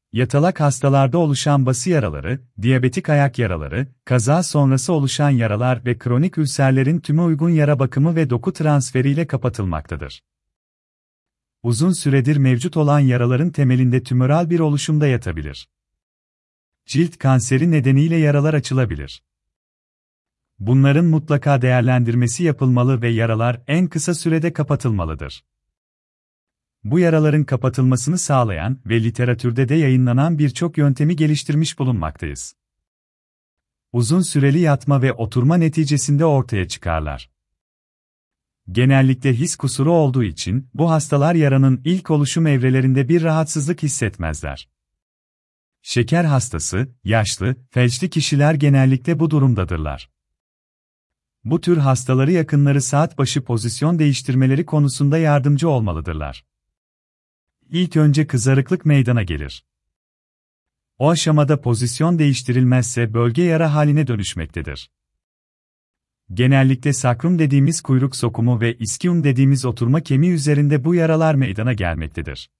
Yatalak hastalarda oluşan bası yaraları, diyabetik ayak yaraları, kaza sonrası oluşan yaralar ve kronik ülserlerin tümü uygun yara bakımı ve doku transferiyle kapatılmaktadır. Uzun süredir mevcut olan yaraların temelinde tümöral bir oluşumda yatabilir. Cilt kanseri nedeniyle yaralar açılabilir. Bunların mutlaka değerlendirmesi yapılmalı ve yaralar en kısa sürede kapatılmalıdır. Bu yaraların kapatılmasını sağlayan ve literatürde de yayınlanan birçok yöntemi geliştirmiş bulunmaktayız. Uzun süreli yatma ve oturma neticesinde ortaya çıkarlar. Genellikle his kusuru olduğu için bu hastalar yaranın ilk oluşum evrelerinde bir rahatsızlık hissetmezler. Şeker hastası, yaşlı, felçli kişiler genellikle bu durumdadırlar. Bu tür hastaları yakınları saat başı pozisyon değiştirmeleri konusunda yardımcı olmalıdırlar. İlk önce kızarıklık meydana gelir. O aşamada pozisyon değiştirilmezse bölge yara haline dönüşmektedir. Genellikle sakrum dediğimiz kuyruk sokumu ve ischium dediğimiz oturma kemiği üzerinde bu yaralar meydana gelmektedir.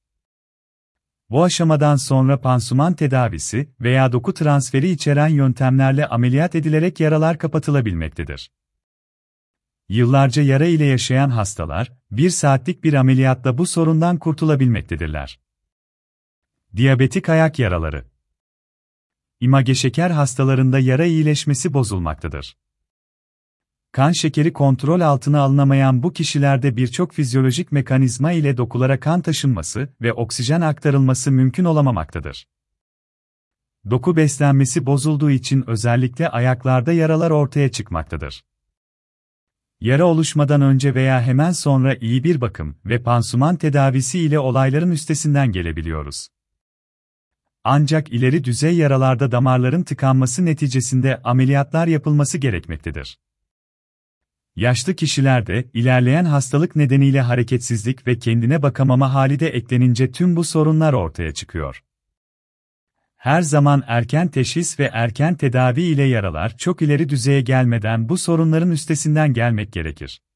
Bu aşamadan sonra pansuman tedavisi veya doku transferi içeren yöntemlerle ameliyat edilerek yaralar kapatılabilmektedir. Yıllarca yara ile yaşayan hastalar, 1 saatlik bir ameliyatla bu sorundan kurtulabilmektedirler. Diyabetik ayak yaraları. İmage şeker hastalarında yara iyileşmesi bozulmaktadır. Kan şekeri kontrol altına alınamayan bu kişilerde birçok fizyolojik mekanizma ile dokulara kan taşınması ve oksijen aktarılması mümkün olamamaktadır. Doku beslenmesi bozulduğu için özellikle ayaklarda yaralar ortaya çıkmaktadır. Yara oluşmadan önce veya hemen sonra iyi bir bakım ve pansuman tedavisi ile olayların üstesinden gelebiliyoruz. Ancak ileri düzey yaralarda damarların tıkanması neticesinde ameliyatlar yapılması gerekmektedir. Yaşlı kişilerde ilerleyen hastalık nedeniyle hareketsizlik ve kendine bakamama hali de eklenince tüm bu sorunlar ortaya çıkıyor. Her zaman erken teşhis ve erken tedavi ile yaralar çok ileri düzeye gelmeden bu sorunların üstesinden gelmek gerekir.